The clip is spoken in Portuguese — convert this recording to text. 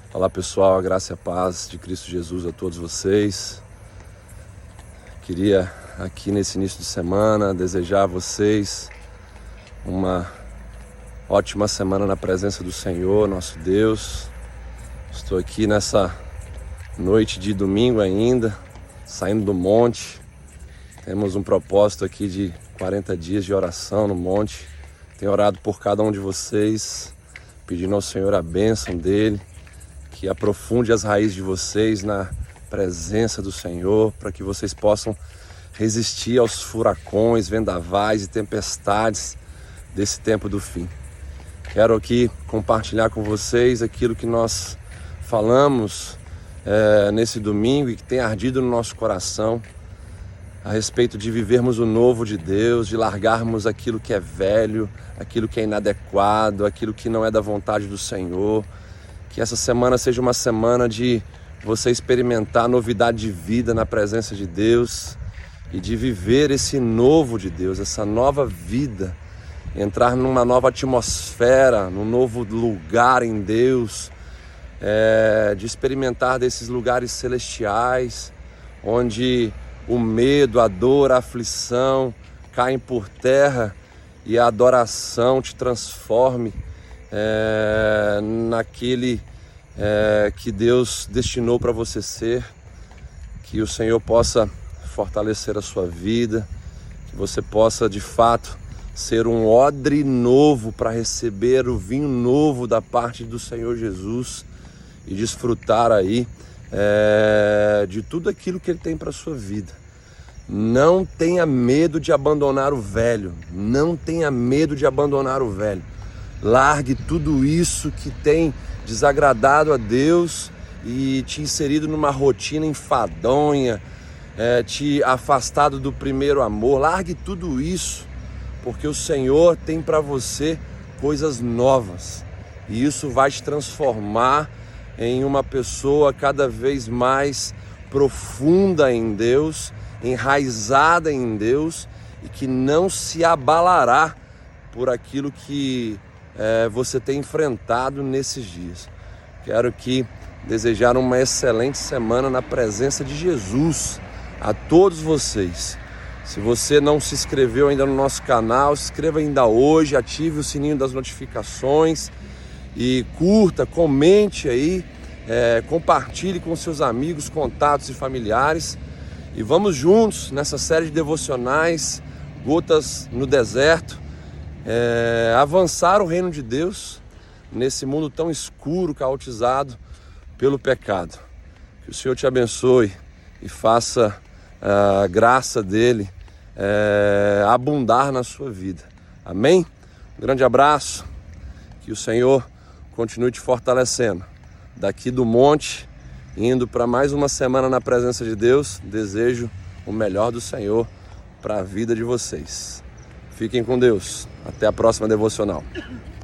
Olá pessoal, a graça e a paz de Cristo Jesus a todos vocês. Queria aqui nesse início de semana desejar a vocês uma ótima semana na presença do Senhor, nosso Deus. Estou aqui nessa noite de domingo ainda, saindo do monte. Temos um propósito aqui de 40 dias de oração no monte. Tenho orado por cada um de vocês, pedindo ao Senhor a bênção dEle, que aprofunde as raízes de vocês na presença do Senhor, para que vocês possam resistir aos furacões, vendavais e tempestades desse tempo do fim. Quero aqui compartilhar com vocês aquilo que nós falamos nesse domingo e que tem ardido no nosso coração a respeito de vivermos o novo de Deus, de largarmos aquilo que é velho, aquilo que é inadequado, aquilo que não é da vontade do Senhor. Que essa semana seja uma semana de você experimentar novidade de vida na presença de Deus e de viver esse novo de Deus, essa nova vida, entrar numa nova atmosfera, num novo lugar em Deus, de experimentar desses lugares celestiais, onde o medo, a dor, a aflição caem por terra e a adoração te transforme naquele que Deus destinou para você ser. Que o Senhor possa fortalecer a sua vida, que você possa de fato ser um odre novo para receber o vinho novo da parte do Senhor Jesus e desfrutar aí de tudo aquilo que Ele tem para a sua vida. Não tenha medo de abandonar o velho, não tenha medo de abandonar o velho. Largue tudo isso que tem desagradado a Deus e te inserido numa rotina enfadonha, te afastado do primeiro amor. Largue tudo isso, porque o Senhor tem para você coisas novas. E isso vai te transformar em uma pessoa cada vez mais profunda em Deus, enraizada em Deus e que não se abalará por aquilo que você tem enfrentado nesses dias. Quero aqui desejar uma excelente semana na presença de Jesus a todos vocês. Se você não se inscreveu ainda no nosso canal, se inscreva ainda hoje, ative o sininho das notificações e curta, comente aí, compartilhe com seus amigos, contatos e familiares. E vamos juntos nessa série de devocionais, Gotas no Deserto, avançar o reino de Deus nesse mundo tão escuro, caotizado pelo pecado. Que o Senhor te abençoe e faça a graça dEle abundar na sua vida. Amém? Um grande abraço, que o Senhor continue te fortalecendo. Daqui do monte, indo para mais uma semana na presença de Deus, desejo o melhor do Senhor para a vida de vocês. Fiquem com Deus. Até a próxima devocional.